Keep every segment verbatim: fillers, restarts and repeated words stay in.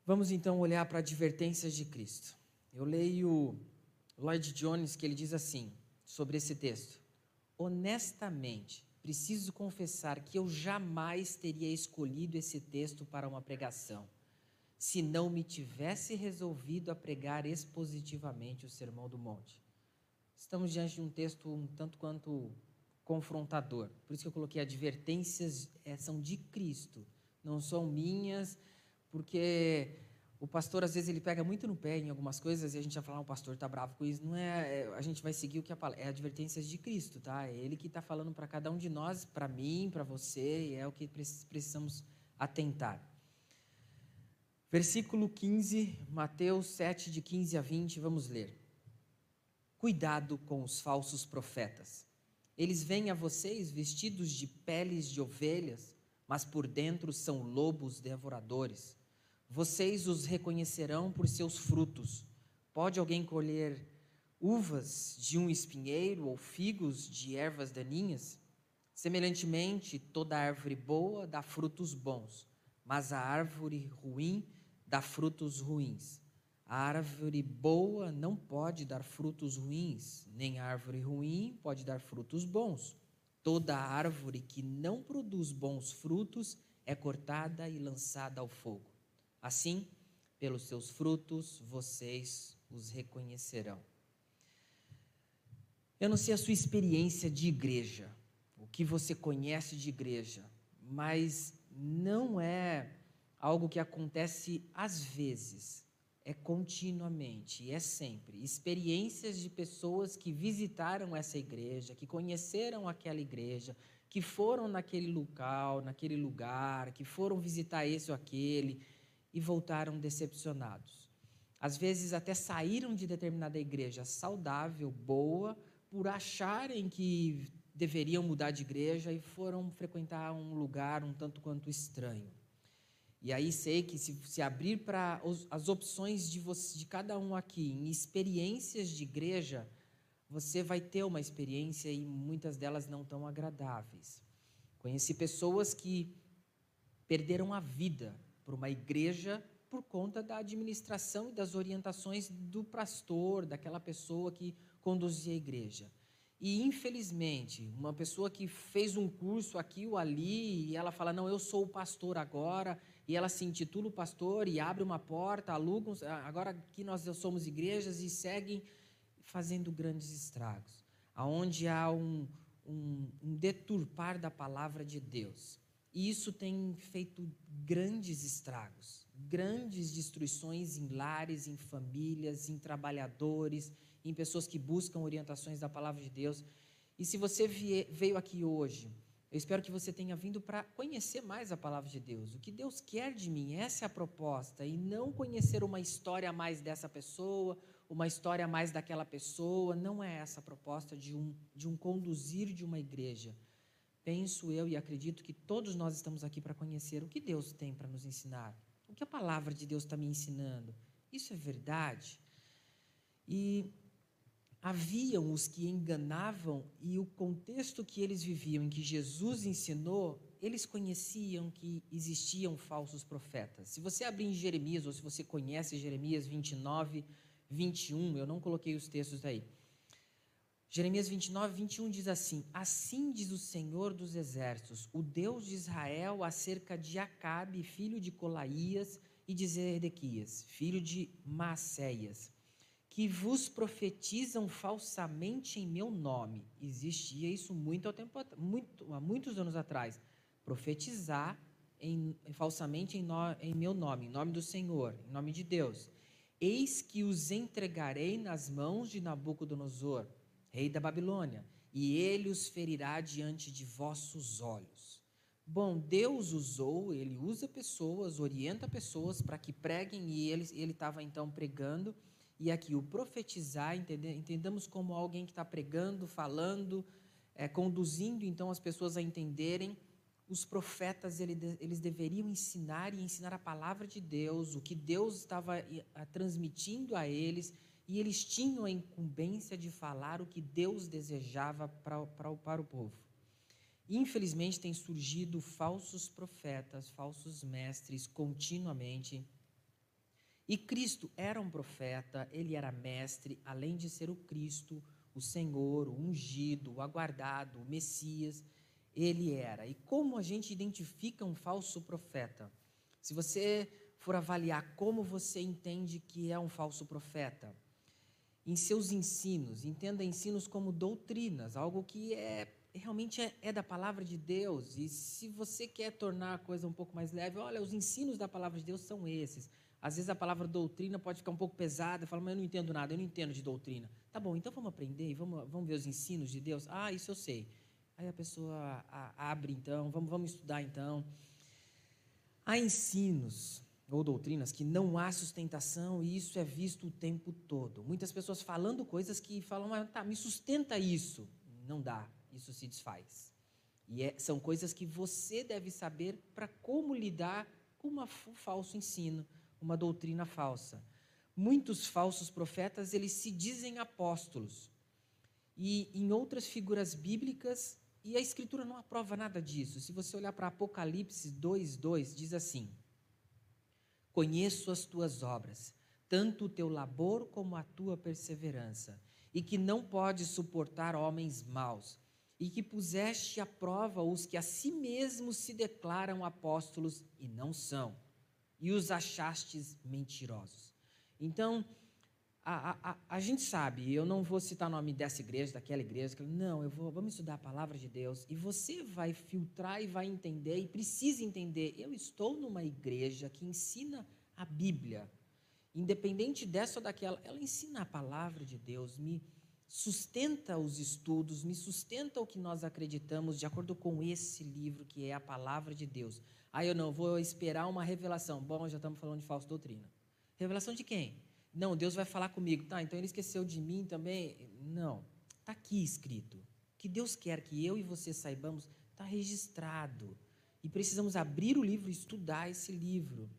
Vamos então olhar para advertências de Cristo. Eu leio Lloyd Jones, que ele diz assim, sobre esse texto: honestamente, preciso confessar que eu jamais teria escolhido esse texto para uma pregação, se não me tivesse resolvido a pregar expositivamente o Sermão do Monte. Estamos diante de um texto um tanto quanto confrontador, por isso que eu coloquei advertências, são de Cristo, não são minhas, porque o pastor às vezes ele pega muito no pé em algumas coisas e a gente vai falar, ah, o pastor está bravo com isso. Não é, é, a gente vai seguir o que a palavra, é advertências de Cristo, tá? É Ele que está falando para cada um de nós, para mim, para você, e é o que precisamos atentar. Versículo quinze, Mateus sete, de quinze a vinte, vamos ler. Cuidado com os falsos profetas. Eles vêm a vocês vestidos de peles de ovelhas, mas por dentro são lobos devoradores. Vocês os reconhecerão por seus frutos. Pode alguém colher uvas de um espinheiro ou figos de ervas daninhas? Semelhantemente, toda árvore boa dá frutos bons, mas a árvore ruim dá frutos ruins. A árvore boa não pode dar frutos ruins, nem a árvore ruim pode dar frutos bons. Toda árvore que não produz bons frutos é cortada e lançada ao fogo. Assim, pelos seus frutos, vocês os reconhecerão. Eu não sei a sua experiência de igreja, o que você conhece de igreja, mas não é algo que acontece às vezes, é continuamente, é sempre. Experiências de pessoas que visitaram essa igreja, que conheceram aquela igreja, que foram naquele local, naquele lugar, que foram visitar esse ou aquele e voltaram decepcionados. Às vezes até saíram de determinada igreja saudável, boa, por acharem que deveriam mudar de igreja e foram frequentar um lugar um tanto quanto estranho. E aí sei que se, se abrir para as opções de, você, de cada um aqui em experiências de igreja, você vai ter uma experiência e muitas delas não tão agradáveis. Conheci pessoas que perderam a vida por uma igreja por conta da administração e das orientações do pastor, daquela pessoa que conduzia a igreja. E, infelizmente, uma pessoa que fez um curso aqui ou ali, e ela fala, não, eu sou o pastor agora, e ela se intitula o pastor e abre uma porta, aluga, agora aqui nós somos igrejas, e seguem fazendo grandes estragos, aonde há um, um, um deturpar da palavra de Deus. E isso tem feito grandes estragos, grandes destruições em lares, em famílias, em trabalhadores, em pessoas que buscam orientações da palavra de Deus. E se você veio aqui hoje, eu espero que você tenha vindo para conhecer mais a palavra de Deus. O que Deus quer de mim, essa é a proposta, e não conhecer uma história a mais dessa pessoa, uma história a mais daquela pessoa. Não é essa a proposta de um, de um conduzir de uma igreja. Penso eu e acredito que todos nós estamos aqui para conhecer o que Deus tem para nos ensinar, o que a palavra de Deus está me ensinando. Isso é verdade? E haviam os que enganavam, e o contexto que eles viviam, em que Jesus ensinou, eles conheciam que existiam falsos profetas. Se você abrir em Jeremias, ou se você conhece Jeremias vinte e nove, vinte e um, eu não coloquei os textos aí. Jeremias vinte e nove, vinte e um diz assim: assim diz o Senhor dos Exércitos, o Deus de Israel, acerca de Acabe, filho de Colaías, e de Zedequias, filho de Maacéias, que vos profetizam falsamente em meu nome. Existia isso muito, ao tempo, muito há muitos anos atrás. Profetizar em, falsamente em, no, em meu nome, em nome do Senhor, em nome de Deus. Eis que os entregarei nas mãos de Nabucodonosor, rei da Babilônia, e ele os ferirá diante de vossos olhos. Bom, Deus usou, ele usa pessoas, orienta pessoas para que preguem, e ele estava então pregando. E aqui, o profetizar, entendamos como alguém que está pregando, falando, é, conduzindo então as pessoas a entenderem. Os profetas, ele, eles deveriam ensinar e ensinar a palavra de Deus, o que Deus estava a, transmitindo a eles, e eles tinham a incumbência de falar o que Deus desejava para, para, para o povo. Infelizmente, tem surgido falsos profetas, falsos mestres continuamente, E Cristo era um profeta, ele era mestre, além de ser o Cristo, o Senhor, o ungido, o aguardado, o Messias, ele era. E como a gente identifica um falso profeta? Se você for avaliar como você entende que é um falso profeta, em seus ensinos, entenda ensinos como doutrinas, algo que é realmente é, é da palavra de Deus. E se você quer tornar a coisa um pouco mais leve, olha, os ensinos da palavra de Deus são esses. Às vezes a palavra doutrina pode ficar um pouco pesada, fala, mas eu não entendo nada, eu não entendo de doutrina. Tá bom, então vamos aprender e vamos, vamos ver os ensinos de Deus? Ah, isso eu sei. Aí a pessoa a, abre então, vamos, vamos estudar então. Há ensinos ou doutrinas que não há sustentação e isso é visto o tempo todo. Muitas pessoas falando coisas que falam, ah, tá, me sustenta isso. Não dá, isso se desfaz. E é, são coisas que você deve saber para como lidar com uma, um falso ensino, uma doutrina falsa. Muitos falsos profetas, eles se dizem apóstolos. E em outras figuras bíblicas, e a Escritura não aprova nada disso. Se você olhar para Apocalipse dois, dois, diz assim: conheço as tuas obras, tanto o teu labor como a tua perseverança, e que não podes suportar homens maus, e que puseste à prova os que a si mesmos se declaram apóstolos e não são, e os achastes mentirosos. Então, a, a, a gente sabe, eu não vou citar o nome dessa igreja, daquela igreja, não, eu vou, vamos estudar a palavra de Deus, e você vai filtrar e vai entender, e precisa entender, eu estou numa igreja que ensina a Bíblia, independente dessa ou daquela, ela ensina a palavra de Deus, me sustenta os estudos, me sustenta o que nós acreditamos de acordo com esse livro que é a palavra de Deus. Aí eu não vou esperar uma revelação. Bom, já estamos falando de falsa doutrina. Revelação de quem? Não, Deus vai falar comigo. Tá, então ele esqueceu de mim também? Não, está aqui escrito. O que Deus quer que eu e você saibamos está registrado. E precisamos abrir o livro e estudar esse livro.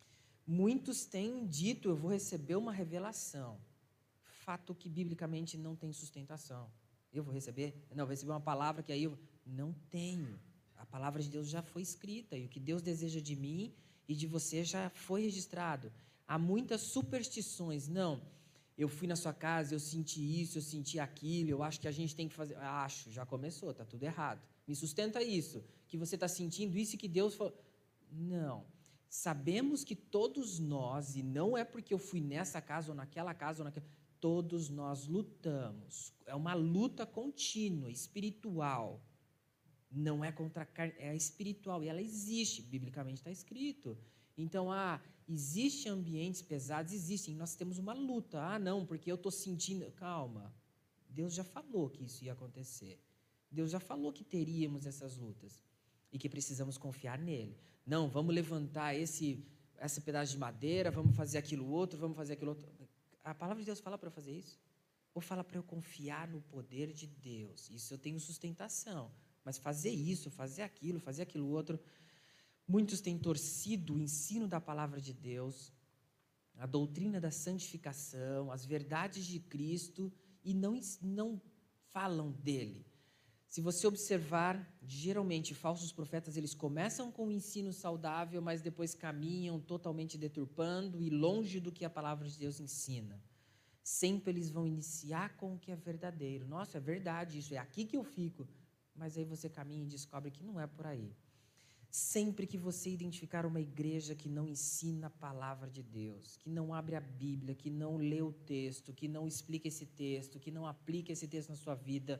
Muitos têm dito, eu vou receber uma revelação. Fato que biblicamente não tem sustentação. Eu vou receber? Não, vou receber uma palavra que aí eu não tenho. A palavra de Deus já foi escrita e o que Deus deseja de mim e de você já foi registrado. Há muitas superstições. Não, eu fui na sua casa, eu senti isso, eu senti aquilo, eu acho que a gente tem que fazer. Acho, já começou, está tudo errado. Me sustenta isso, que você está sentindo isso e que Deus falou. Não. Sabemos que todos nós, e não é porque eu fui nessa casa ou naquela casa ou naquela, todos nós lutamos. É uma luta contínua, espiritual. Não é contra a carne, é espiritual. E ela existe, biblicamente está escrito. Então, ah, existem ambientes pesados, existem. Nós temos uma luta. Ah, não, porque eu estou sentindo. Calma. Deus já falou que isso ia acontecer. Deus já falou que teríamos essas lutas. E que precisamos confiar nele. Não, vamos levantar esse, esse pedaço de madeira, vamos fazer aquilo outro, vamos fazer aquilo outro. A palavra de Deus fala para eu fazer isso? Ou fala para eu confiar no poder de Deus? Isso eu tenho sustentação. Mas fazer isso, fazer aquilo, fazer aquilo outro. Muitos têm torcido o ensino da palavra de Deus, a doutrina da santificação, as verdades de Cristo e não, não falam dele. Se você observar, geralmente falsos profetas, eles começam com um ensino saudável, mas depois caminham totalmente deturpando e longe do que a palavra de Deus ensina. Sempre eles vão iniciar com o que é verdadeiro. Nossa, é verdade isso, é aqui que eu fico. Mas aí você caminha e descobre que não é por aí. Sempre que você identificar uma igreja que não ensina a palavra de Deus, que não abre a Bíblia, que não lê o texto, que não explica esse texto, que não aplica esse texto na sua vida,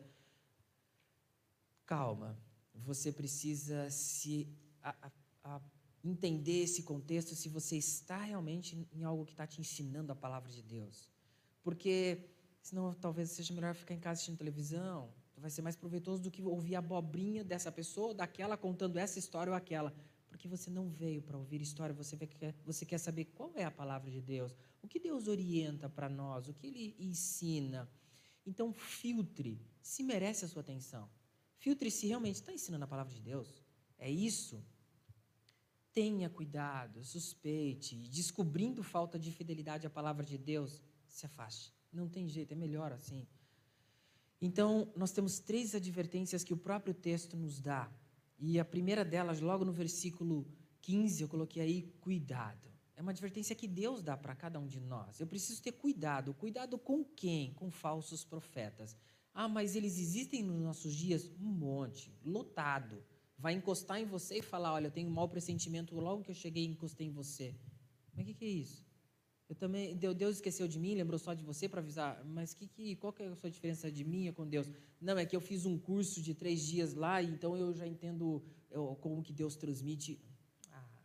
calma, você precisa se a, a, a entender esse contexto se você está realmente em algo que está te ensinando a palavra de Deus. Porque senão talvez seja melhor ficar em casa assistindo televisão, vai ser mais proveitoso do que ouvir a abobrinha dessa pessoa ou daquela contando essa história ou aquela. Porque você não veio para ouvir história, você quer, você quer saber qual é a palavra de Deus, o que Deus orienta para nós, o que Ele ensina. Então filtre se merece a sua atenção. Filtre se realmente está ensinando a palavra de Deus. É isso? Tenha cuidado, suspeite. E descobrindo falta de fidelidade à palavra de Deus, se afaste. Não tem jeito, é melhor assim. Então, nós temos três advertências que o próprio texto nos dá. E a primeira delas, logo no versículo quinze, eu coloquei aí, cuidado. É uma advertência que Deus dá para cada um de nós. Eu preciso ter cuidado. Cuidado com quem? Com falsos profetas. Ah, mas eles existem nos nossos dias? Um monte, lotado. Vai encostar em você e falar, olha, eu tenho um mau pressentimento logo que eu cheguei e encostei em você. Mas o que, que é isso? Eu também, Deus esqueceu de mim, lembrou só de você para avisar. Mas que, que, qual que é a sua diferença de mim com Deus? Não, é que eu fiz um curso de três dias lá, então eu já entendo eu, como que Deus transmite. Ah,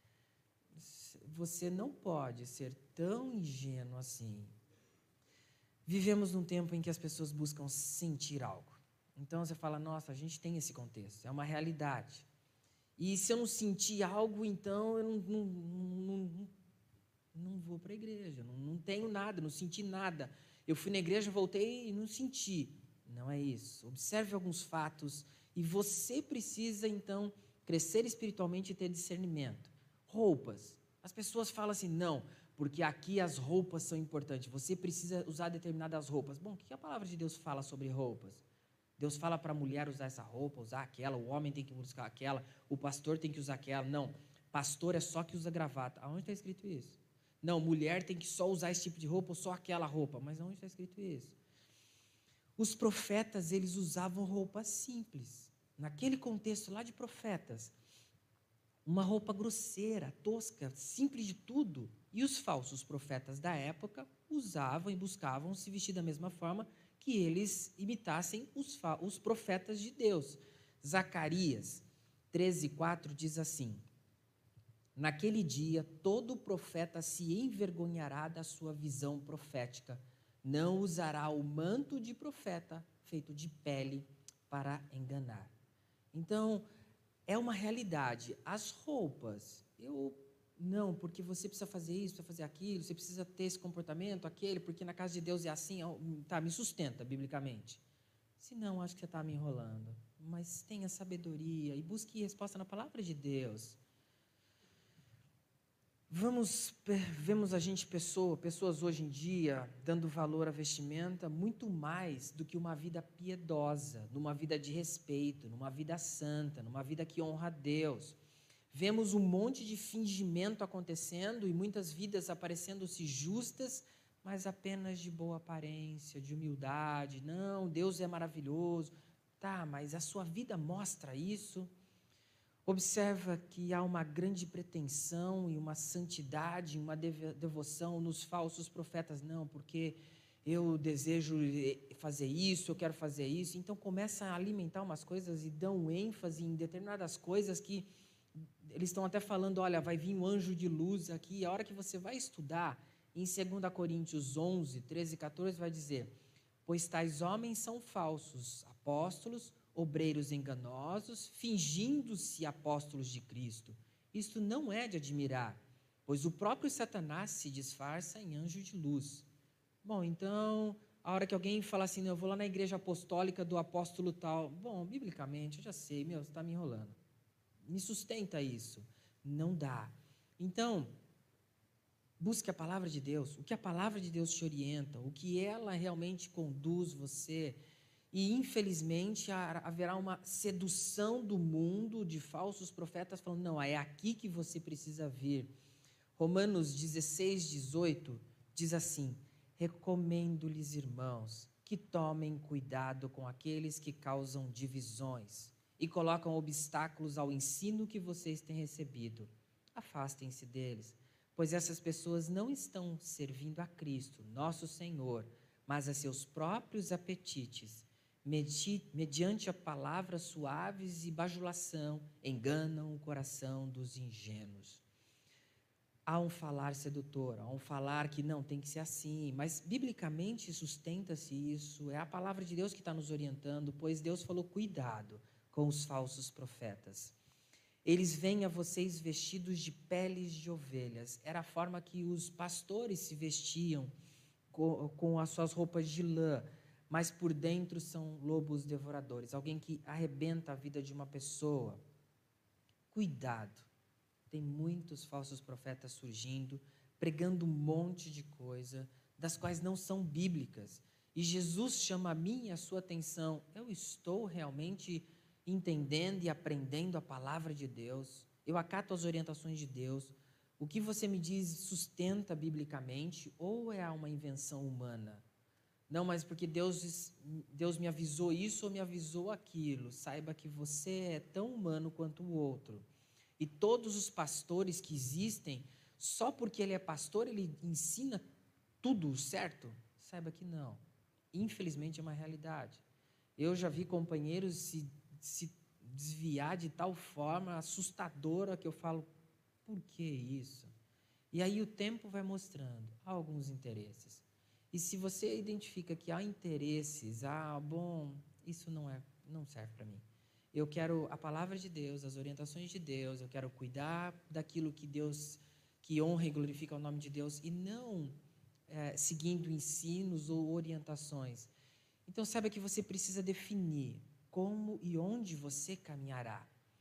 você não pode ser tão ingênuo assim. Vivemos num tempo em que as pessoas buscam sentir algo. Então você fala, nossa, a gente tem esse contexto, é uma realidade. E se eu não sentir algo, então eu não, não, não, não, não vou para a igreja, não, não tenho nada, não senti nada. Eu fui na igreja, voltei e não senti. Não é isso. Observe alguns fatos e você precisa, então, crescer espiritualmente e ter discernimento. Roupas. As pessoas falam assim, não, porque aqui as roupas são importantes, você precisa usar determinadas roupas. Bom, o que a palavra de Deus fala sobre roupas? Deus fala para a mulher usar essa roupa, usar aquela, o homem tem que buscar aquela, o pastor tem que usar aquela. Não, pastor é só que usa gravata. Aonde está escrito isso? Não, mulher tem que só usar esse tipo de roupa ou só aquela roupa. Mas aonde está escrito isso? Os profetas, eles usavam roupas simples. Naquele contexto lá de profetas, uma roupa grosseira, tosca, simples de tudo. E os falsos profetas da época usavam e buscavam se vestir da mesma forma que eles imitassem os, os profetas de Deus. Zacarias treze, quatro diz assim, naquele dia todo profeta se envergonhará da sua visão profética, não usará o manto de profeta feito de pele para enganar. Então, é uma realidade. As roupas, eu não, porque você precisa fazer isso, precisa fazer aquilo, você precisa ter esse comportamento, aquele, porque na casa de Deus é assim, tá, me sustenta biblicamente. Se não, acho que você está me enrolando. Mas tenha sabedoria e busque resposta na palavra de Deus. Vamos, vemos a gente, pessoa, pessoas hoje em dia, dando valor à vestimenta muito mais do que uma vida piedosa, numa vida de respeito, numa vida santa, numa vida que honra a Deus. Vemos um monte de fingimento acontecendo e muitas vidas aparecendo-se justas, mas apenas de boa aparência, de humildade. Não, Deus é maravilhoso. Tá, mas a sua vida mostra isso? Observa que há uma grande pretensão e uma santidade, uma devoção nos falsos profetas. Não, porque eu desejo fazer isso, eu quero fazer isso. Então começa a alimentar umas coisas e dão ênfase em determinadas coisas que eles estão até falando, olha, vai vir um anjo de luz aqui. E a hora que você vai estudar, em dois Coríntios onze, treze e quatorze, vai dizer, pois tais homens são falsos, apóstolos, obreiros enganosos, fingindo-se apóstolos de Cristo. Isto não é de admirar, pois o próprio Satanás se disfarça em anjo de luz. Bom, então, a hora que alguém fala assim, eu vou lá na igreja apostólica do apóstolo tal, bom, biblicamente, eu já sei, meu, você está me enrolando. Me sustenta isso. Não dá. Então, busque a palavra de Deus, o que a palavra de Deus te orienta, o que ela realmente conduz você. E, infelizmente, haverá uma sedução do mundo de falsos profetas falando, não, é aqui que você precisa vir. Romanos dezesseis, dezoito diz assim, recomendo-lhes, irmãos, que tomem cuidado com aqueles que causam divisões e colocam obstáculos ao ensino que vocês têm recebido. Afastem-se deles, pois essas pessoas não estão servindo a Cristo, nosso Senhor, mas a seus próprios apetites. Mediante a palavras suaves e bajulação, enganam o coração dos ingênuos. Há um falar sedutor, há um falar que não, tem que ser assim, mas biblicamente sustenta-se isso, é a palavra de Deus que está nos orientando, pois Deus falou, cuidado com os falsos profetas. Eles vêm a vocês vestidos de peles de ovelhas. Era a forma que os pastores se vestiam com, com as suas roupas de lã, mas por dentro são lobos devoradores. Alguém que arrebenta a vida de uma pessoa. Cuidado. Tem muitos falsos profetas surgindo, pregando um monte de coisa, das quais não são bíblicas. E Jesus chama a mim e a sua atenção. Eu estou realmente entendendo e aprendendo a palavra de Deus, eu acato as orientações de Deus, O que você me diz sustenta biblicamente ou é uma invenção humana? Não, mas porque Deus, Deus me avisou isso ou me avisou aquilo. Saiba que você é tão humano quanto o outro. E todos os pastores que existem, só porque ele é pastor, ele ensina tudo certo? Saiba que não. Infelizmente é uma realidade. Eu já vi companheiros se, se desviar de tal forma assustadora que eu falo, por que isso? E aí o tempo vai mostrando alguns interesses. E se você identifica que há interesses, ah, bom, isso não é, não serve para mim. Eu quero a palavra de Deus, as orientações de Deus, eu quero cuidar daquilo que Deus, que honra e glorifica o nome de Deus, e não é, seguindo ensinos ou orientações. Então, saiba que você precisa definir como e onde você caminhará.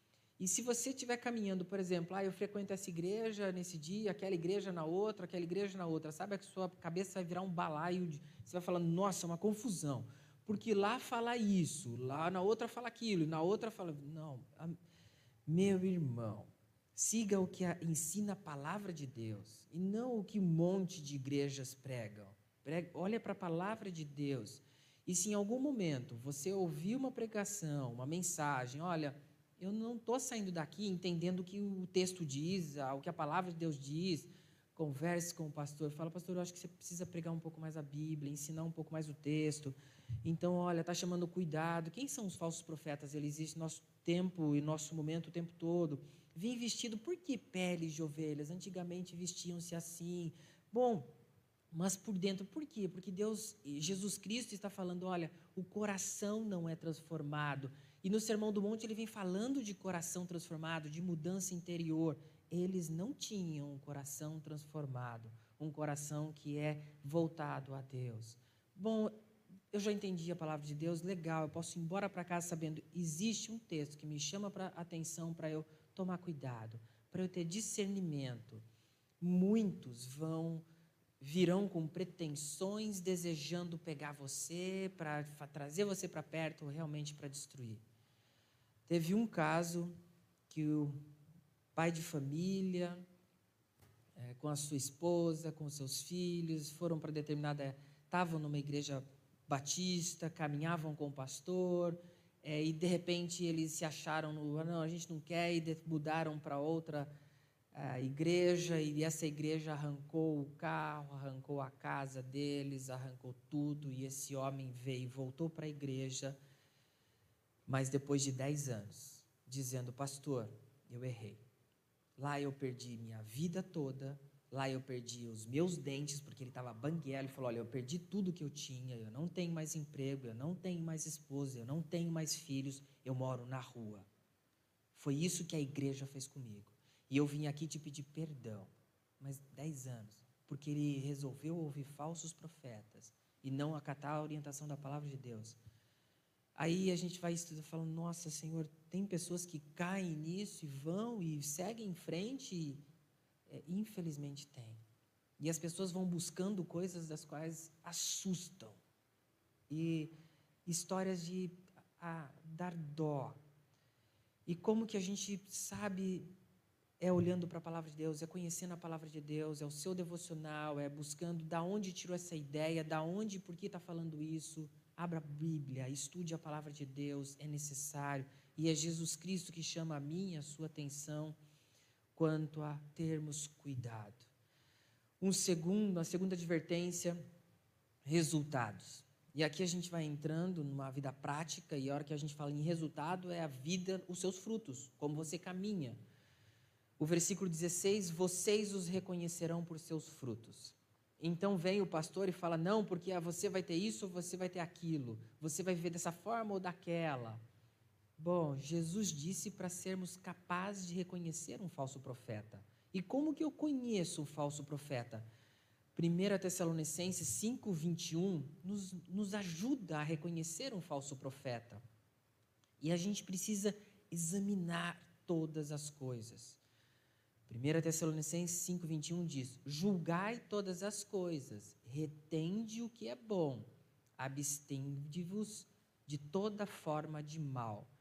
E se você estiver caminhando, por exemplo, ah, eu frequento essa igreja nesse dia, aquela igreja na outra, aquela igreja na outra, sabe que sua cabeça vai virar um balaio, de, você vai falando, nossa, é uma confusão, porque lá fala isso, lá na outra fala aquilo, e na outra fala... Não, a, meu irmão, siga o que a, ensina a palavra de Deus, e não o que um monte de igrejas pregam. Prega, olha para a palavra de Deus, e se em algum momento você ouvir uma pregação, uma mensagem, olha... Eu não estou saindo daqui entendendo o que o texto diz, o que a palavra de Deus diz. Converse com o pastor. Fala, pastor, eu acho que você precisa pregar um pouco mais a Bíblia, ensinar um pouco mais o texto. Então, olha, está chamando cuidado. Quem são os falsos profetas? Eles existem no nosso tempo e nosso momento o tempo todo. Vim vestido, por que peles de ovelhas? Antigamente vestiam-se assim. Bom, mas por dentro, por quê? Porque Deus, Jesus Cristo está falando, olha, o coração não é transformado. E no Sermão do Monte ele vem falando de coração transformado, de mudança interior. Eles não tinham um coração transformado, um coração que é voltado a Deus. Bom, eu já entendi a palavra de Deus, legal, eu posso ir embora para casa sabendo, existe um texto que me chama para atenção para eu tomar cuidado, para eu ter discernimento. Muitos vão... virão com pretensões, desejando pegar você, para trazer você para perto, realmente para destruir. Teve um caso que o pai de família, é, com a sua esposa, com seus filhos, foram para determinada... estavam numa igreja batista, caminhavam com o pastor, é, e de repente eles se acharam no... não, a gente não quer, e mudaram para outra... a igreja, e essa igreja arrancou o carro, arrancou a casa deles, arrancou tudo, e esse homem veio e voltou para a igreja, mas depois de dez anos, dizendo, pastor, eu errei. Lá eu perdi minha vida toda, lá eu perdi os meus dentes, porque ele estava banguelo, ele falou, olha, eu perdi tudo que eu tinha, eu não tenho mais emprego, eu não tenho mais esposa, eu não tenho mais filhos, eu moro na rua. Foi isso que a igreja fez comigo. E eu vim aqui te pedir perdão, mas dez anos, porque ele resolveu ouvir falsos profetas e não acatar a orientação da palavra de Deus. Aí a gente vai estudar falando, nossa, Senhor, tem pessoas que caem nisso e vão e seguem em frente, e, é, infelizmente tem. E as pessoas vão buscando coisas das quais assustam. E histórias de a, dar dó. E como que a gente sabe... é olhando para a palavra de Deus, é conhecendo a palavra de Deus, é o seu devocional, é buscando da onde tirou essa ideia, da onde, por que está falando isso. Abra a Bíblia, estude a palavra de Deus, é necessário. E é Jesus Cristo que chama a minha, a sua atenção quanto a termos cuidado. Um segundo, a segunda advertência, resultados. E aqui a gente vai entrando numa vida prática, e a hora que a gente fala em resultado é a vida, os seus frutos, como você caminha. O versículo dezesseis, vocês os reconhecerão por seus frutos. Então vem o pastor e fala, não, porque você vai ter isso ou você vai ter aquilo. Você vai viver dessa forma ou daquela. Bom, Jesus disse para sermos capazes de reconhecer um falso profeta. E como que eu conheço um falso profeta? primeira Tessalonicenses cinco, vinte e um nos, nos ajuda a reconhecer um falso profeta. E a gente precisa examinar todas as coisas. primeira Tessalonicenses cinco, vinte e um diz, julgai todas as coisas, retende o que é bom, abstende-vos de toda forma de mal.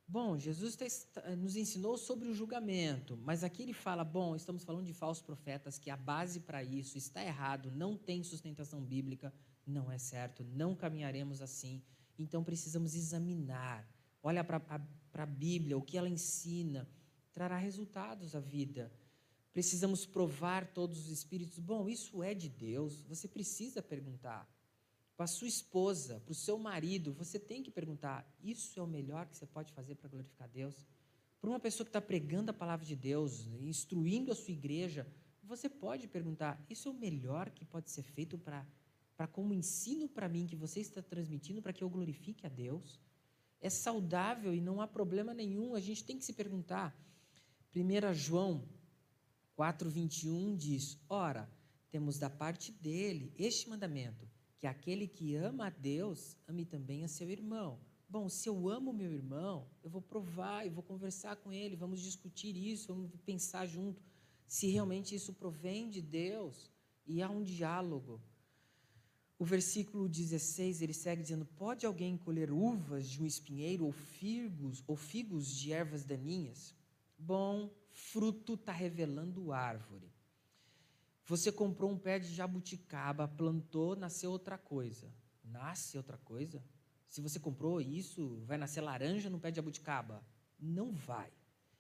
Bom, Jesus tá- nos ensinou sobre o julgamento, mas aqui ele fala, bom, estamos falando de falsos profetas, que a base para isso está errado, não tem sustentação bíblica, não é certo, não caminharemos assim. Então precisamos examinar. Olha para a Bíblia, o que ela ensina, trará resultados à vida. Precisamos provar todos os espíritos. Bom, isso é de Deus, você precisa perguntar. Para a sua esposa, para o seu marido, você tem que perguntar: isso é o melhor que você pode fazer para glorificar Deus? Para uma pessoa que está pregando a palavra de Deus, instruindo a sua igreja, você pode perguntar: isso é o melhor que pode ser feito para, para como ensino para mim que você está transmitindo para que eu glorifique a Deus? É saudável e não há problema nenhum, a gente tem que se perguntar. primeiro João quatro, vinte e um diz: ora, temos da parte dele este mandamento, que aquele que ama a Deus, ame também a seu irmão. Bom, se eu amo meu irmão, eu vou provar, eu vou conversar com ele, vamos discutir isso, vamos pensar junto, se realmente isso provém de Deus, e há um diálogo. O versículo dezesseis, ele segue dizendo: pode alguém colher uvas de um espinheiro ou figos, ou figos de ervas daninhas? Bom, fruto está revelando árvore. Você comprou um pé de jabuticaba, plantou, nasceu outra coisa. Nasce outra coisa? Se você comprou isso, vai nascer laranja no pé de jabuticaba? Não vai.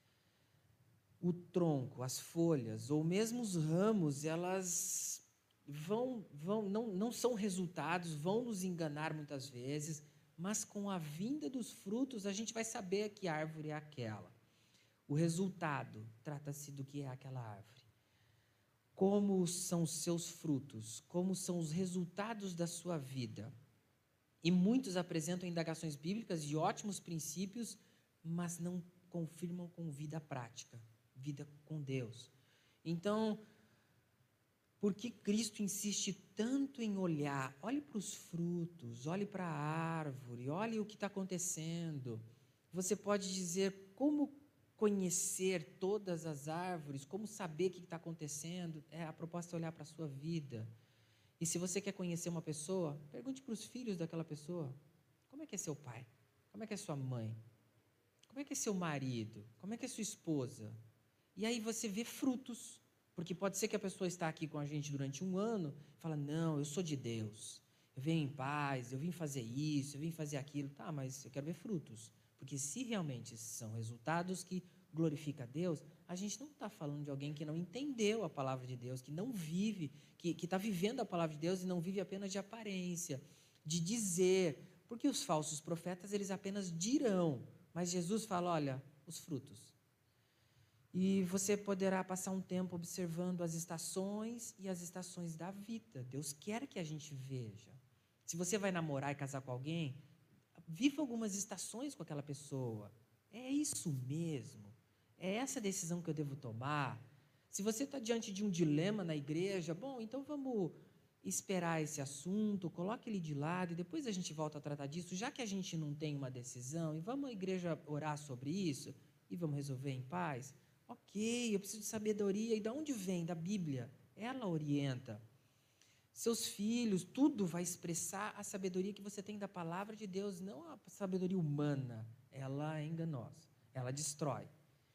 O tronco, as folhas, ou mesmo os ramos, elas vão, vão não, não são resultados, vão nos enganar muitas vezes, mas com a vinda dos frutos, a gente vai saber que árvore é aquela. O resultado trata-se do que é aquela árvore. Como são os seus frutos, como são os resultados da sua vida. E muitos apresentam indagações bíblicas e ótimos princípios, mas não confirmam com vida prática, vida com Deus. Então, por que Cristo insiste tanto em olhar? Olhe para os frutos, olhe para a árvore, olhe o que está acontecendo. Você pode dizer como conhecer todas as árvores, como saber o que está acontecendo. É, a proposta é olhar para a sua vida. E se você quer conhecer uma pessoa, pergunte para os filhos daquela pessoa: como é que é seu pai? Como é que é sua mãe? Como é que é seu marido? Como é que é sua esposa? E aí você vê frutos, porque pode ser que a pessoa está aqui com a gente durante um ano e fala: não, eu sou de Deus, eu venho em paz, eu vim fazer isso, eu vim fazer aquilo. Tá, mas eu quero ver frutos. Porque se realmente são resultados que glorificam a Deus, a gente não está falando de alguém que não entendeu a palavra de Deus, que não vive, que está vivendo a palavra de Deus e não vive apenas de aparência, de dizer, porque os falsos profetas, eles apenas dirão, mas Jesus fala: olha, os frutos. E você poderá passar um tempo observando as estações e as estações da vida. Deus quer que a gente veja. Se você vai namorar e casar com alguém, viva algumas estações com aquela pessoa. É isso mesmo? É essa decisão que eu devo tomar? Se você está diante de um dilema na igreja, bom, então vamos esperar esse assunto, coloque ele de lado e depois a gente volta a tratar disso, já que a gente não tem uma decisão, e vamos à igreja orar sobre isso e vamos resolver em paz? Ok, eu preciso de sabedoria. E de onde vem? Da Bíblia. Ela orienta. Seus filhos, tudo vai expressar a sabedoria que você tem da palavra de Deus, não a sabedoria humana. Ela é enganosa, ela destrói.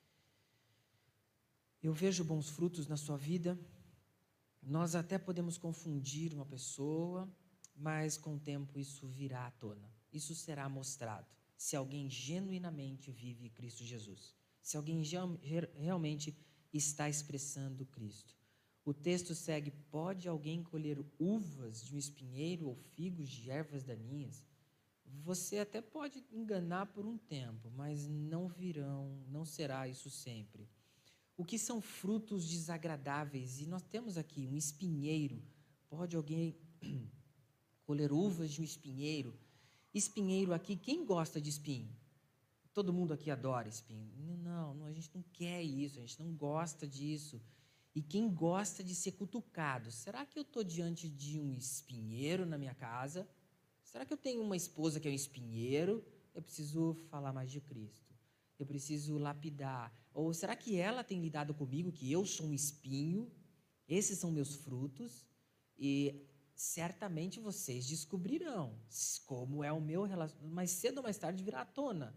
Eu vejo bons frutos na sua vida. Nós até podemos confundir uma pessoa, mas com o tempo isso virá à tona. Isso será mostrado se alguém genuinamente vive Cristo Jesus. Se alguém realmente está expressando Cristo. O texto segue: pode alguém colher uvas de um espinheiro ou figos de ervas daninhas? Você até pode enganar por um tempo, mas não virão, não será isso sempre. O que são frutos desagradáveis? E nós temos aqui um espinheiro. Pode alguém colher uvas de um espinheiro? Espinheiro aqui, quem gosta de espinho? Todo mundo aqui adora espinho. Não, não, a gente não quer isso, a gente não gosta disso. E quem gosta de ser cutucado? Será que eu estou diante de um espinheiro na minha casa? Será que eu tenho uma esposa que é um espinheiro? Eu preciso falar mais de Cristo. Eu preciso lapidar. Ou será que ela tem lidado comigo, que eu sou um espinho? Esses são meus frutos? E certamente vocês descobrirão como é o meu relacionamento. Mais cedo ou mais tarde virá à tona.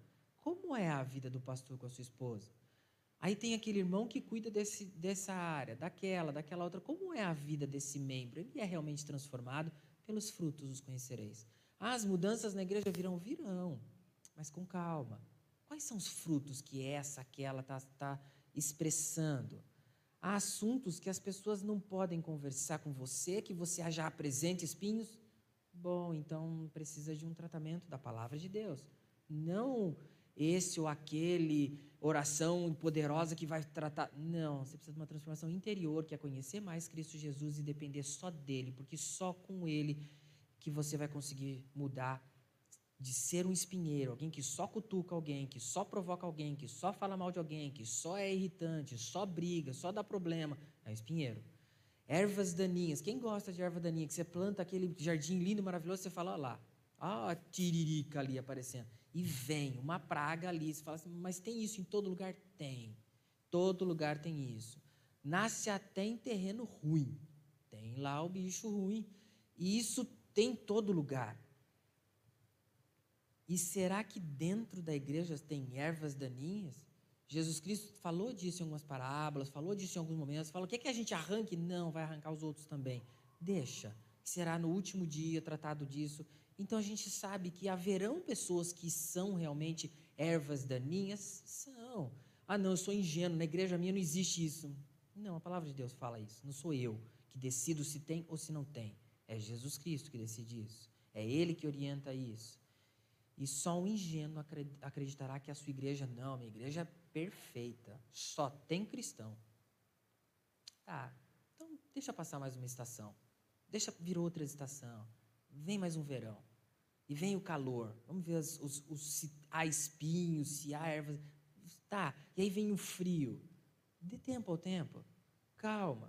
como é a vida do pastor com a sua esposa? Aí tem aquele irmão que cuida desse, dessa área, daquela, daquela outra. Como é a vida desse membro? Ele é realmente transformado? Pelos frutos os conhecereis. Ah, as mudanças na igreja virão? Virão, mas com calma. Quais são os frutos que essa, aquela está tá expressando? Há assuntos que as pessoas não podem conversar com você, que você já apresenta espinhos? Bom, então precisa de um tratamento da palavra de Deus. Não esse ou aquele oração poderosa que vai tratar. Não, você precisa de uma transformação interior, que é conhecer mais Cristo Jesus e depender só dele, porque só com ele que você vai conseguir mudar de ser um espinheiro, alguém que só cutuca alguém, que só provoca alguém, que só fala mal de alguém, que só é irritante, só briga, só dá problema. É um espinheiro. Ervas daninhas. Quem gosta de erva daninha? Que você planta aquele jardim lindo, maravilhoso, você fala, olha lá, ó, a tiririca ali aparecendo. E vem uma praga ali. Você fala assim, mas tem isso em todo lugar? Tem. Todo lugar tem isso. Nasce até em terreno ruim. Tem lá o bicho ruim. E isso tem em todo lugar. E será que dentro da igreja tem ervas daninhas? Jesus Cristo falou disso em algumas parábolas, falou disso em alguns momentos, falou, quer que a gente arranque? Não, vai arrancar os outros também. Deixa, que será no último dia tratado disso. Então a gente sabe que haverão pessoas que são realmente ervas daninhas? São. Ah não, eu sou ingênuo, na igreja minha não existe isso. Não, a palavra de Deus fala isso, não sou eu que decido se tem ou se não tem. É Jesus Cristo que decide isso, é Ele que orienta isso. E só um ingênuo acreditará que a sua igreja, não, a minha igreja é perfeita, só tem cristão. Tá, então deixa passar mais uma estação, deixa vir outra estação, vem mais um verão, e vem o calor, vamos ver os, os, os, se há espinhos, se há ervas, tá, e aí vem o frio, dê tempo ao tempo, calma.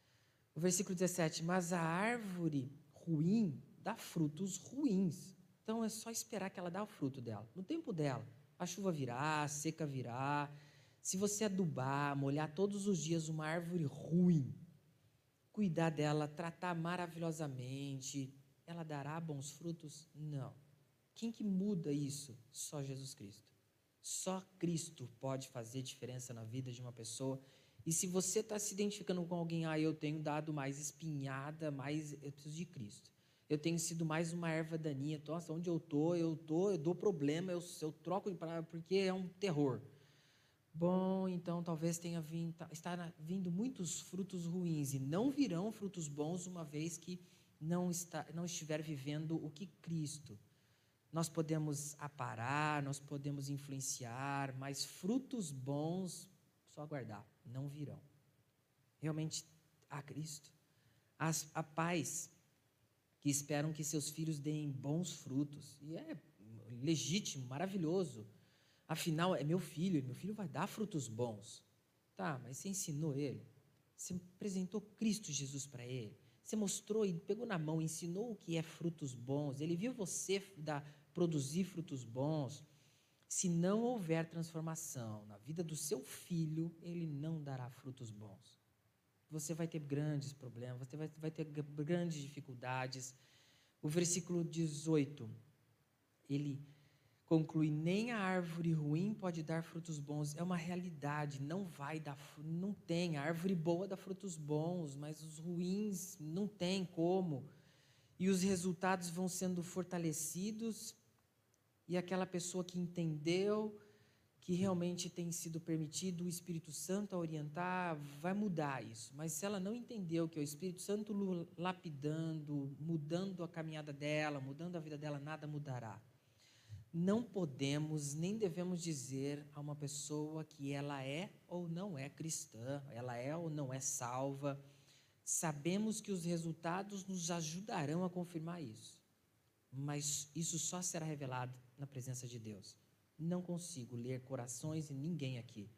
O versículo dezessete, mas a árvore ruim dá frutos ruins. Então é só esperar que ela dê o fruto dela, no tempo dela. A chuva virá, a seca virá. Se você adubar, molhar todos os dias uma árvore ruim, cuidar dela, tratar maravilhosamente, ela dará bons frutos? Não. Quem que muda isso? Só Jesus Cristo. Só Cristo pode fazer diferença na vida de uma pessoa. E se você está se identificando com alguém, ah, eu tenho dado mais espinhada, mais, eu preciso de Cristo. Eu tenho sido mais uma erva daninha. Nossa, onde eu estou, eu tô, eu dou problema, eu, eu troco pra, porque é um terror. Bom, então talvez tenha vindo, está vindo muitos frutos ruins e não virão frutos bons uma vez que não, está, não estiver vivendo o que Cristo. Nós podemos aparar, nós podemos influenciar, mas frutos bons, só aguardar, não virão. Realmente, há Cristo. As, há pais que esperam que seus filhos deem bons frutos. E é legítimo, maravilhoso. Afinal, é meu filho, meu filho vai dar frutos bons. Tá, mas você ensinou ele. Você apresentou Cristo Jesus para ele. Você mostrou e pegou na mão, ensinou o que é frutos bons. Ele viu você dar, produzir frutos bons. Se não houver transformação na vida do seu filho, ele não dará frutos bons. Você vai ter grandes problemas, você vai, vai ter grandes dificuldades. O versículo dezoito, ele conclui, nem a árvore ruim pode dar frutos bons. É uma realidade, não vai dar, não tem. A árvore boa dá frutos bons, mas os ruins não tem como. E os resultados vão sendo fortalecidos, e aquela pessoa que entendeu, que realmente tem sido permitido o Espírito Santo a orientar, vai mudar isso. Mas se ela não entendeu que é o Espírito Santo lapidando, mudando a caminhada dela, mudando a vida dela, nada mudará. Não podemos nem devemos dizer a uma pessoa que ela é ou não é cristã, ela é ou não é salva. Sabemos que os resultados nos ajudarão a confirmar isso, mas isso só será revelado na presença de Deus. Não consigo ler corações e ninguém aqui.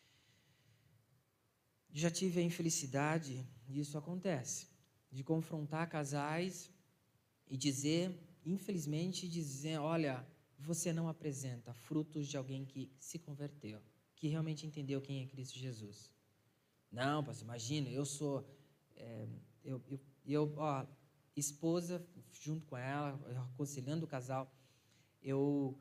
Já tive a infelicidade, e isso acontece, de confrontar casais e dizer, infelizmente, dizer, olha, você não apresenta frutos de alguém que se converteu, que realmente entendeu quem é Cristo Jesus. Não, pastor, imagina, eu sou, é, eu, eu, eu, ó, esposa, junto com ela, aconselhando o casal, eu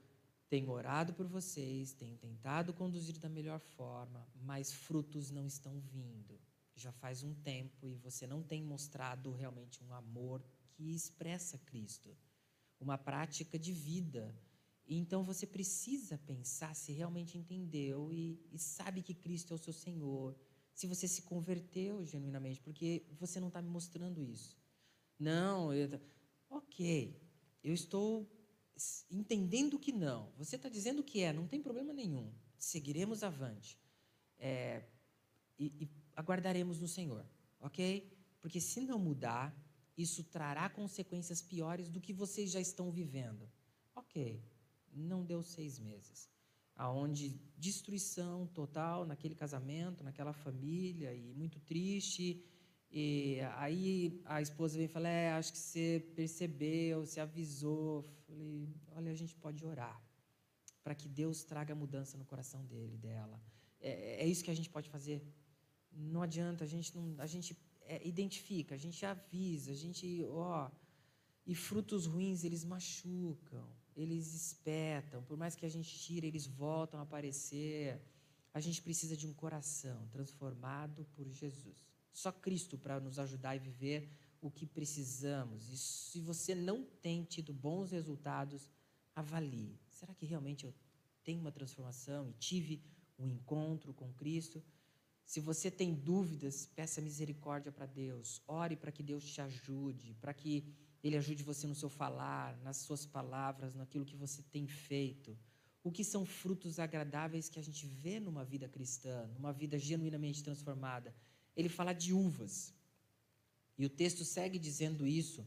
tenho orado por vocês, tenho tentado conduzir da melhor forma, mas frutos não estão vindo. Já faz um tempo e você não tem mostrado realmente um amor que expressa Cristo, uma prática de vida. Então você precisa pensar se realmente entendeu e, e sabe que Cristo é o seu Senhor, se você se converteu genuinamente, porque você não está me mostrando isso. Não, eu, ok, eu estou entendendo que não. Você está dizendo que é, não tem problema nenhum. Seguiremos avante. É, e, e aguardaremos no Senhor, ok? Porque se não mudar, isso trará consequências piores do que vocês já estão vivendo. Ok, não deu seis meses, aonde destruição total naquele casamento, naquela família, e muito triste. E aí a esposa vem e fala, é, acho que você percebeu, você avisou. Falei, olha, a gente pode orar para que Deus traga mudança no coração dele, dela. É, é isso que a gente pode fazer. Não adianta, a gente, não, a gente é, identifica, a gente avisa, a gente, ó... E frutos ruins, eles machucam, eles espetam. Por mais que a gente tire, eles voltam a aparecer. A gente precisa de um coração transformado por Jesus. Só Cristo para nos ajudar a viver o que precisamos. E se você não tem tido bons resultados, avalie. Será que realmente eu tenho uma transformação e tive um encontro com Cristo? Se você tem dúvidas, peça misericórdia para Deus. Ore para que Deus te ajude, para que Ele ajude você no seu falar, nas suas palavras, naquilo que você tem feito. O que são frutos agradáveis que a gente vê numa vida cristã, numa vida genuinamente transformada? Ele fala de uvas. E o texto segue dizendo isso.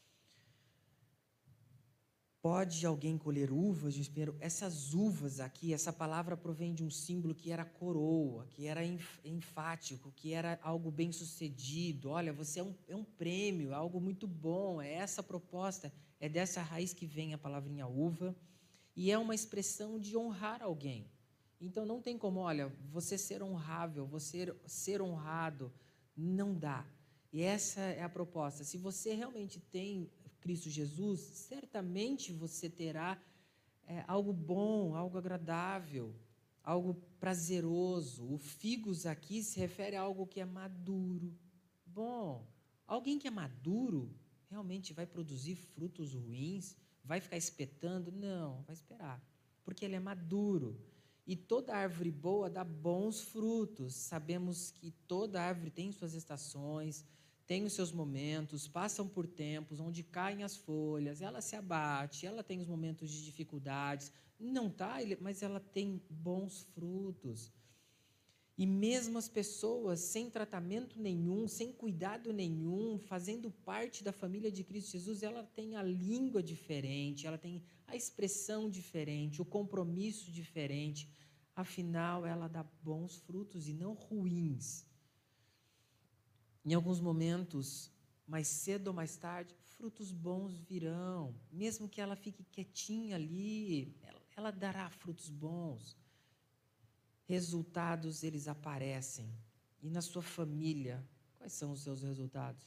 Pode alguém colher uvas de um espinheiro? Essas uvas aqui, essa palavra provém de um símbolo que era coroa, que era enfático, que era algo bem sucedido. Olha, você é um, é um prêmio, algo muito bom. É essa a proposta, é dessa raiz que vem a palavrinha uva. E é uma expressão de honrar alguém. Então não tem como, olha, você ser honrável, você ser honrado, não dá. E essa é a proposta. Se você realmente tem Cristo Jesus, certamente você terá é, algo bom, algo agradável, algo prazeroso. O figos aqui se refere a algo que é maduro. Bom, alguém que é maduro realmente vai produzir frutos ruins? Vai ficar espetando? Não, vai esperar, porque ele é maduro. E toda árvore boa dá bons frutos. Sabemos que toda árvore tem suas estações, tem os seus momentos, passam por tempos onde caem as folhas, ela se abate, ela tem os momentos de dificuldades, não tá, mas ela tem bons frutos. E mesmo as pessoas sem tratamento nenhum, sem cuidado nenhum, fazendo parte da família de Cristo Jesus, ela tem a língua diferente, ela tem a expressão diferente, o compromisso diferente. Afinal, ela dá bons frutos e não ruins. Em alguns momentos, mais cedo ou mais tarde, frutos bons virão. Mesmo que ela fique quietinha ali, ela, ela dará frutos bons. Resultados, eles aparecem. E na sua família, quais são os seus resultados?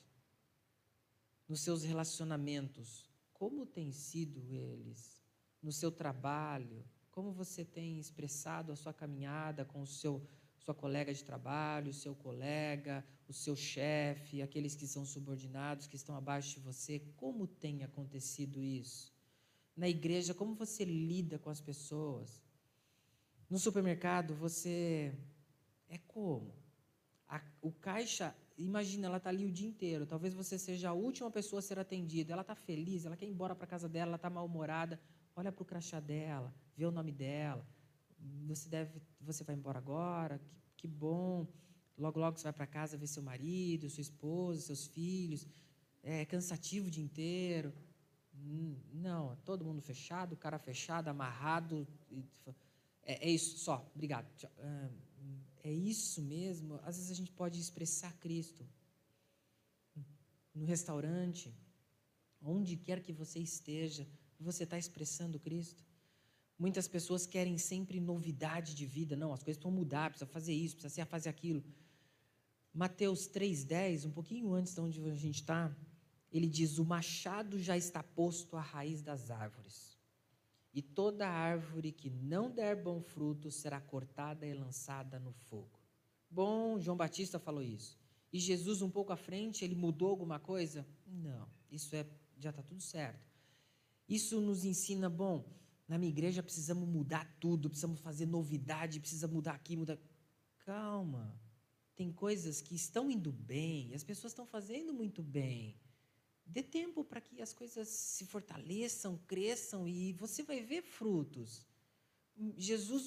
Nos seus relacionamentos, como têm sido eles? No seu trabalho, como você tem expressado a sua caminhada com o seu, sua colega de trabalho, o seu colega, o seu chefe, aqueles que são subordinados, que estão abaixo de você, como tem acontecido isso? Na igreja, como você lida com as pessoas? No supermercado, você é como? A, o caixa, imagina, ela está ali o dia inteiro. Talvez você seja a última pessoa a ser atendida. Ela está feliz, ela quer ir embora para casa dela, ela está mal-humorada. Olha para o crachá dela, vê o nome dela. Você, deve, você vai embora agora? Que, que bom. Logo, logo você vai para casa ver seu marido, sua esposa, seus filhos. É cansativo o dia inteiro. Não, todo mundo fechado, cara fechado, amarrado. É, é isso, só, obrigado. É isso mesmo? Às vezes a gente pode expressar Cristo no restaurante, onde quer que você esteja, você está expressando Cristo. Muitas pessoas querem sempre novidade de vida. Não, as coisas precisam mudar, precisa fazer isso, precisa fazer aquilo. Mateus três, dez, um pouquinho antes de onde a gente está, ele diz, o machado já está posto à raiz das árvores. E toda árvore que não der bom fruto será cortada e lançada no fogo. Bom, João Batista falou isso. E Jesus, um pouco à frente, ele mudou alguma coisa? Não, isso é, já está tudo certo. Isso nos ensina, bom, na minha igreja precisamos mudar tudo, precisamos fazer novidade, precisa mudar aqui, mudar... Calma, tem coisas que estão indo bem, as pessoas estão fazendo muito bem. Dê tempo para que as coisas se fortaleçam, cresçam e você vai ver frutos. Jesus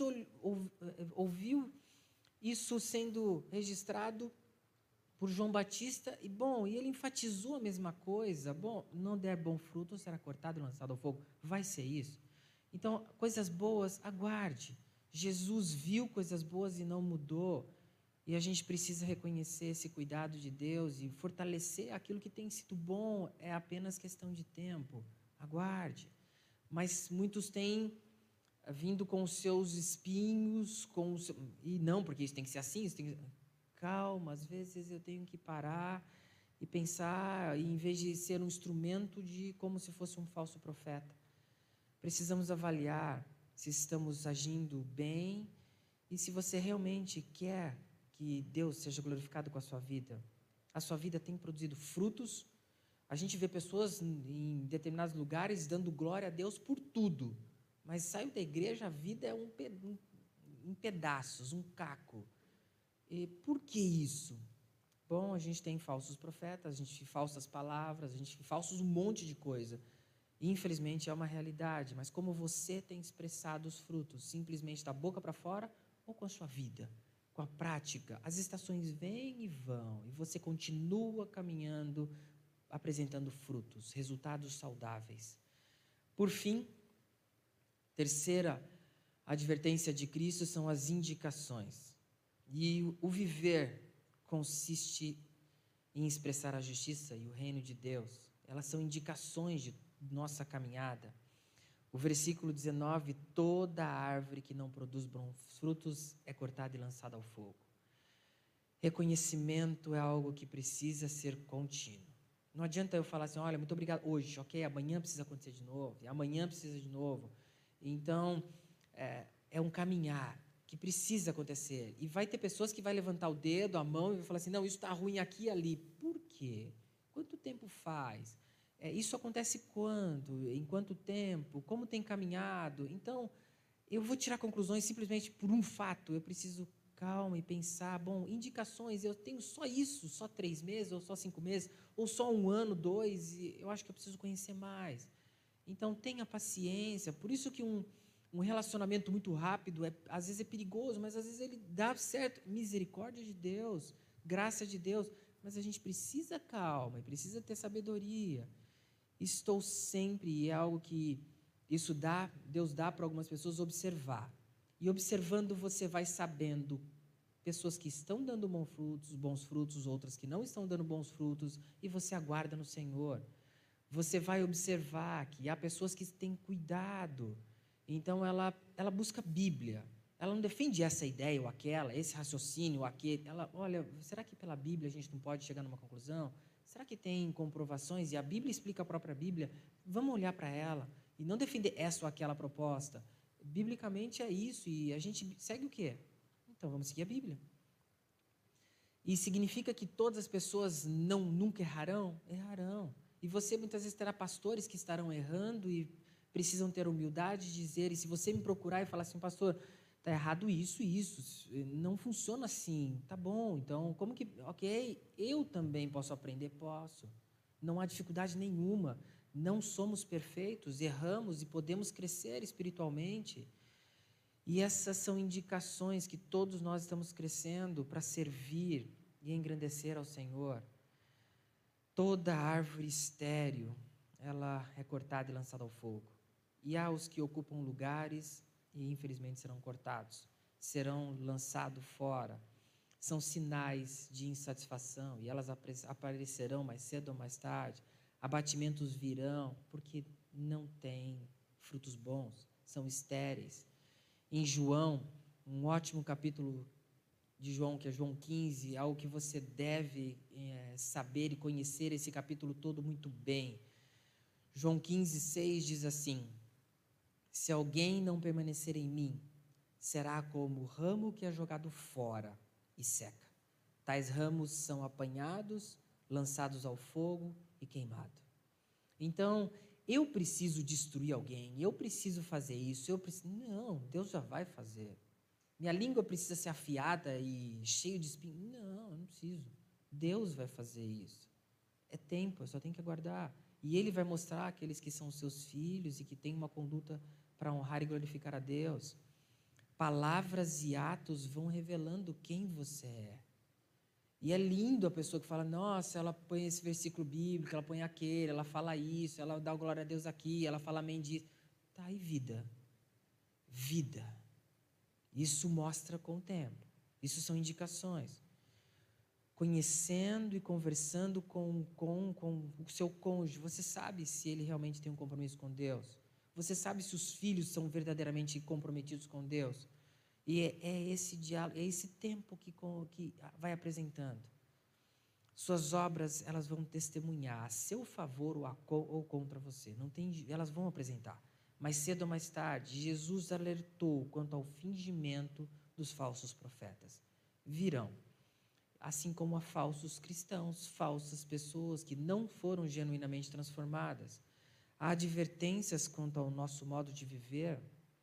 ouviu isso sendo registrado por João Batista e, bom, e ele enfatizou a mesma coisa. Bom, não der bom fruto, será cortado e lançado ao fogo. Vai ser isso. Então, coisas boas, aguarde. Jesus viu coisas boas e não mudou. E a gente precisa reconhecer esse cuidado de Deus e fortalecer aquilo que tem sido bom. É apenas questão de tempo. Aguarde. Mas muitos têm vindo com os seus espinhos, com o seu... e não, porque isso tem que ser assim, isso tem que... Calma, às vezes eu tenho que parar e pensar, em vez de ser um instrumento de como se fosse um falso profeta. Precisamos avaliar se estamos agindo bem e se você realmente quer que Deus seja glorificado com a sua vida. A sua vida tem produzido frutos. A gente vê pessoas em determinados lugares dando glória a Deus por tudo, mas saiu da igreja, a vida é um, um, um pedaços, um caco. E por que isso? Bom, a gente tem falsos profetas, a gente tem falsas palavras, a gente tem falsos um monte de coisa. Infelizmente é uma realidade, mas como você tem expressado os frutos? Simplesmente da boca para fora ou com a sua vida? Com a prática? As estações vêm e vão e você continua caminhando, apresentando frutos, resultados saudáveis. Por fim, terceira advertência de Cristo são as indicações. E o viver consiste em expressar a justiça e o reino de Deus. Elas são indicações de nossa caminhada. O versículo dezenove, toda árvore que não produz bons frutos é cortada e lançada ao fogo. Reconhecimento é algo que precisa ser contínuo. Não adianta eu falar assim, olha, muito obrigado hoje, ok, amanhã precisa acontecer de novo, e amanhã precisa de novo. Então, é, é um caminhar que precisa acontecer. E vai ter pessoas que vai levantar o dedo, a mão, e vai falar assim, não, isso está ruim aqui e ali. Por quê? Quanto tempo faz? É, isso acontece quando? Em quanto tempo? Como tem caminhado? Então, eu vou tirar conclusões simplesmente por um fato. Eu preciso calma e pensar, bom, indicações, eu tenho só isso, só três meses, ou só cinco meses, ou só um ano, dois, e eu acho que eu preciso conhecer mais. Então, tenha paciência. Por isso que um, um relacionamento muito rápido, é, às vezes é perigoso, mas às vezes ele dá certo. Misericórdia de Deus, graça de Deus, mas a gente precisa calma, e precisa ter sabedoria. Estou sempre, e é algo que isso dá, Deus dá para algumas pessoas observar. E observando você vai sabendo pessoas que estão dando bons frutos, bons frutos, outras que não estão dando bons frutos, e você aguarda no Senhor. Você vai observar que há pessoas que têm cuidado. Então ela, ela busca a Bíblia. Ela não defende essa ideia ou aquela, esse raciocínio ou aquele. Ela, olha, será que pela Bíblia a gente não pode chegar numa conclusão? Será que tem comprovações? E a Bíblia explica a própria Bíblia. Vamos olhar para ela e não defender essa ou aquela proposta. Biblicamente é isso, e a gente segue o quê? Então vamos seguir a Bíblia. E significa que todas as pessoas não, nunca errarão? Errarão. E você muitas vezes terá pastores que estarão errando e precisam ter humildade de dizer, e se você me procurar e falar assim, pastor, está errado isso e isso, não funciona assim, tá bom, então como que, ok, eu também posso aprender? Posso. Não há dificuldade nenhuma. Não somos perfeitos, erramos e podemos crescer espiritualmente. E essas são indicações que todos nós estamos crescendo para servir e engrandecer ao Senhor. Toda árvore estéril, ela é cortada e lançada ao fogo. E há os que ocupam lugares e infelizmente serão cortados, serão lançados fora. São sinais de insatisfação e elas aparecerão mais cedo ou mais tarde. Abatimentos virão, porque não têm frutos bons, são estéreis. Em João, um ótimo capítulo de João, que é João quinze, algo que você deve é, saber e conhecer esse capítulo todo muito bem. João quinze, seis diz assim, Se alguém não permanecer em mim, será como o ramo que é jogado fora e seca. Tais ramos são apanhados, lançados ao fogo e queimados. Então, eu preciso destruir alguém, eu preciso fazer isso, eu preciso... Não, Deus já vai fazer. Minha língua precisa ser afiada e cheia de espinhos. Não, eu não preciso. Deus vai fazer isso. É tempo, eu só tenho que aguardar. E Ele vai mostrar aqueles que são seus filhos e que têm uma conduta para honrar e glorificar a Deus. Palavras e atos vão revelando quem você é. E é lindo a pessoa que fala, nossa, ela põe esse versículo bíblico, ela põe aquele, ela fala isso, ela dá glória a Deus aqui, ela fala amém disso. Tá, e vida? Vida. Isso mostra com o tempo. Isso são indicações. Conhecendo e conversando com, com, com o seu cônjuge, você sabe se ele realmente tem um compromisso com Deus? Você sabe se os filhos são verdadeiramente comprometidos com Deus? E é, é esse diálogo, é esse tempo que, que vai apresentando. Suas obras, elas vão testemunhar a seu favor ou, a, ou contra você. Não tem, elas vão apresentar. Mais cedo ou mais tarde, Jesus alertou quanto ao fingimento dos falsos profetas. Virão. Assim como a falsos cristãos, falsas pessoas que não foram genuinamente transformadas. Há advertências quanto ao nosso modo de viver.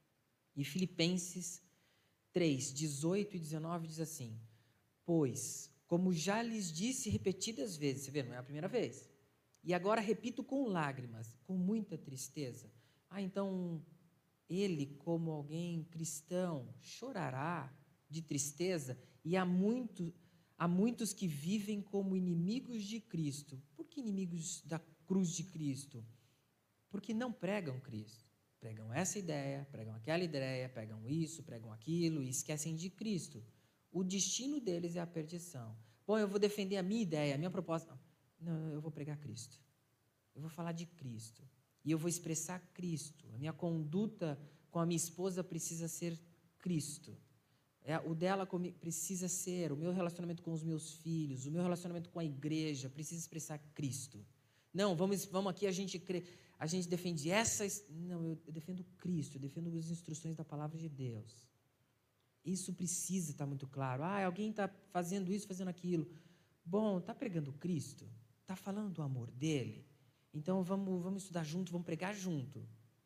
E Filipenses três, dezoito e dezenove diz assim, pois, como já lhes disse repetidas vezes, você vê, não é a primeira vez, e agora repito com lágrimas, com muita tristeza. Ah, então, ele, como alguém cristão, chorará de tristeza, e há, muito, há muitos que vivem como inimigos de Cristo. Por que inimigos da cruz de Cristo? Porque não pregam Cristo. Pregam essa ideia, pregam aquela ideia, pregam isso, pregam aquilo e esquecem de Cristo. O destino deles é a perdição. Bom, eu vou defender a minha ideia, a minha proposta. Não, eu vou pregar Cristo. Eu vou falar de Cristo. E eu vou expressar Cristo. A minha conduta com a minha esposa precisa ser Cristo. É, o dela comigo precisa ser, o meu relacionamento com os meus filhos, o meu relacionamento com a igreja precisa expressar Cristo. Não, vamos, vamos aqui, a gente crê, a gente defende essas... Não, eu, eu defendo Cristo, eu defendo as instruções da palavra de Deus. Isso precisa estar muito claro. Ah, alguém está fazendo isso, fazendo aquilo. Bom, está pregando Cristo? Está falando do amor dele? Então vamos, vamos estudar junto, vamos pregar junto.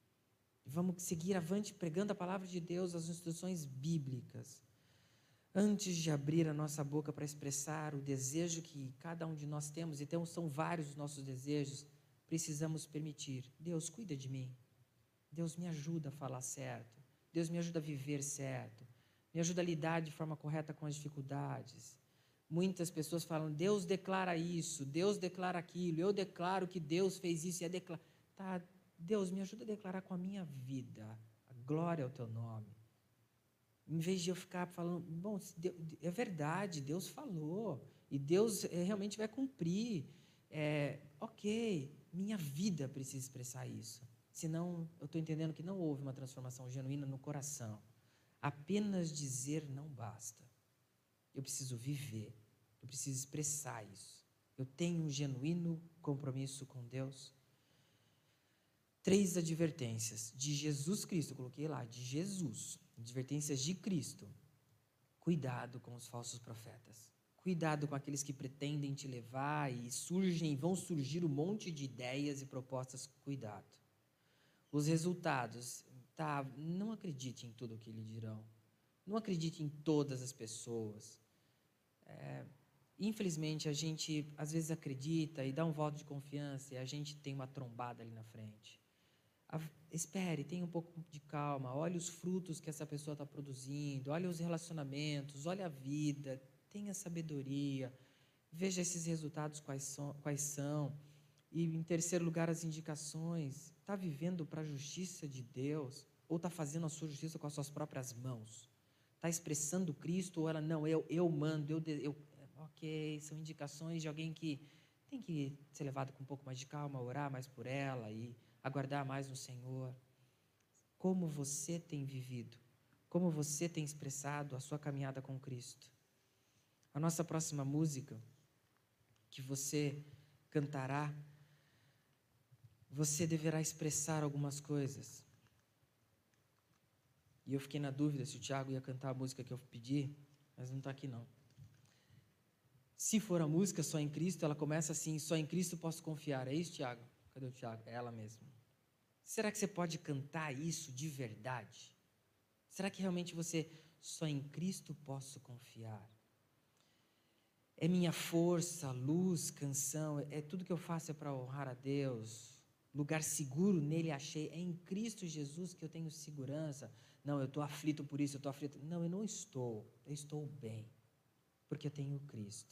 Vamos seguir avante pregando a palavra de Deus, as instruções bíblicas. Antes de abrir a nossa boca para expressar o desejo que cada um de nós temos, então são vários os nossos desejos, precisamos permitir. Deus, cuida de mim. Deus, me ajuda a falar certo. Deus, me ajuda a viver certo. Me ajuda a lidar de forma correta com as dificuldades. Muitas pessoas falam, Deus declara isso, Deus declara aquilo, eu declaro que Deus fez isso e é declarar. Tá, Deus, me ajuda a declarar com a minha vida a glória ao teu nome. Em vez de eu ficar falando, bom, é verdade, Deus falou, e Deus realmente vai cumprir. É, ok, minha vida precisa expressar isso. Senão, eu estou entendendo que não houve uma transformação genuína no coração. Apenas dizer não basta. Eu preciso viver, eu preciso expressar isso. Eu tenho um genuíno compromisso com Deus. Três advertências de Jesus Cristo, eu coloquei lá, de Jesus. Advertências de Cristo. Cuidado com os falsos profetas. Cuidado com aqueles que pretendem te levar e surgem, vão surgir um monte de ideias e propostas. Cuidado. Os resultados, tá, não acredite em tudo o que lhe dirão. Não acredite em todas as pessoas. É, infelizmente, a gente às vezes acredita e dá um voto de confiança e a gente tem uma trombada ali na frente. A, espere, tenha um pouco de calma, olhe os frutos que essa pessoa está produzindo, olhe os relacionamentos, olhe a vida, tenha sabedoria, veja esses resultados quais são, quais são. E, em terceiro lugar, as indicações. Está vivendo para a justiça de Deus ou está fazendo a sua justiça com as suas próprias mãos? Está expressando Cristo ou ela, não, eu, eu mando, eu, eu... Ok, são indicações de alguém que tem que ser levado com um pouco mais de calma, orar mais por ela e aguardar mais no Senhor. Como você tem vivido? Como você tem expressado a sua caminhada com Cristo? A nossa próxima música que você cantará, você deverá expressar algumas coisas. E eu fiquei na dúvida se o Tiago ia cantar a música que eu pedi, mas não está aqui não. Se for a música Só em Cristo, ela começa assim: só em Cristo posso confiar. É isso, Tiago? Cadê o Tiago? É ela mesma. Será que você pode cantar isso de verdade? Será que realmente você, só em Cristo posso confiar? É minha força, luz, canção, é tudo que eu faço é para honrar a Deus. Lugar seguro nele achei, é em Cristo Jesus que eu tenho segurança. Não, eu estou aflito por isso, eu estou aflito. Não, eu não estou, eu estou bem, porque eu tenho Cristo.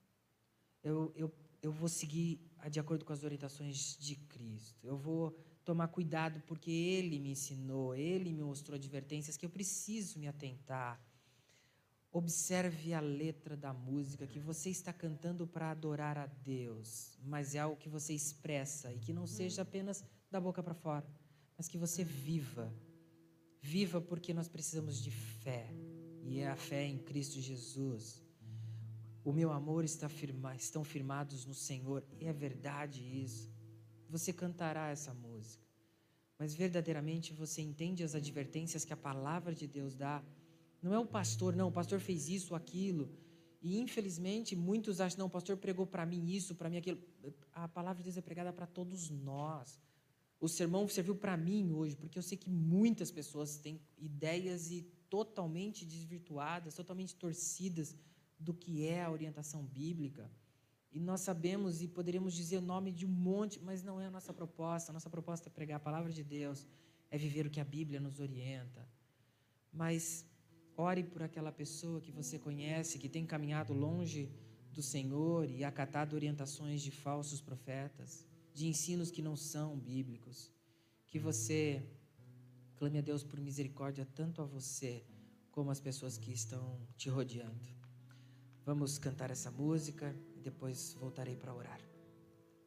Eu, eu, eu vou seguir de acordo com as orientações de Cristo. Eu vou tomar cuidado porque Ele me ensinou, Ele me mostrou advertências que eu preciso me atentar. Observe a letra da música que você está cantando para adorar a Deus, mas é algo que você expressa e que não seja apenas da boca para fora, mas que você viva. Viva porque nós precisamos de fé, e é a fé em Cristo Jesus. O meu amor está firma, estão firmados no Senhor, e é verdade isso. Você cantará essa música, mas verdadeiramente você entende as advertências que a palavra de Deus dá. Não é o pastor, não, o pastor fez isso, aquilo. E infelizmente muitos acham, não, o pastor pregou para mim isso, para mim aquilo. A palavra de Deus é pregada para todos nós. O sermão serviu para mim hoje, porque eu sei que muitas pessoas têm ideias e totalmente desvirtuadas, totalmente torcidas do que é a orientação bíblica. E nós sabemos e poderíamos dizer o nome de um monte, mas não é a nossa proposta. A nossa proposta é pregar a palavra de Deus, é viver o que a Bíblia nos orienta. Mas ore por aquela pessoa que você conhece, que tem caminhado longe do Senhor e acatado orientações de falsos profetas, de ensinos que não são bíblicos. Que você clame a Deus por misericórdia, tanto a você como as pessoas que estão te rodeando. Vamos cantar essa música e depois voltarei para orar.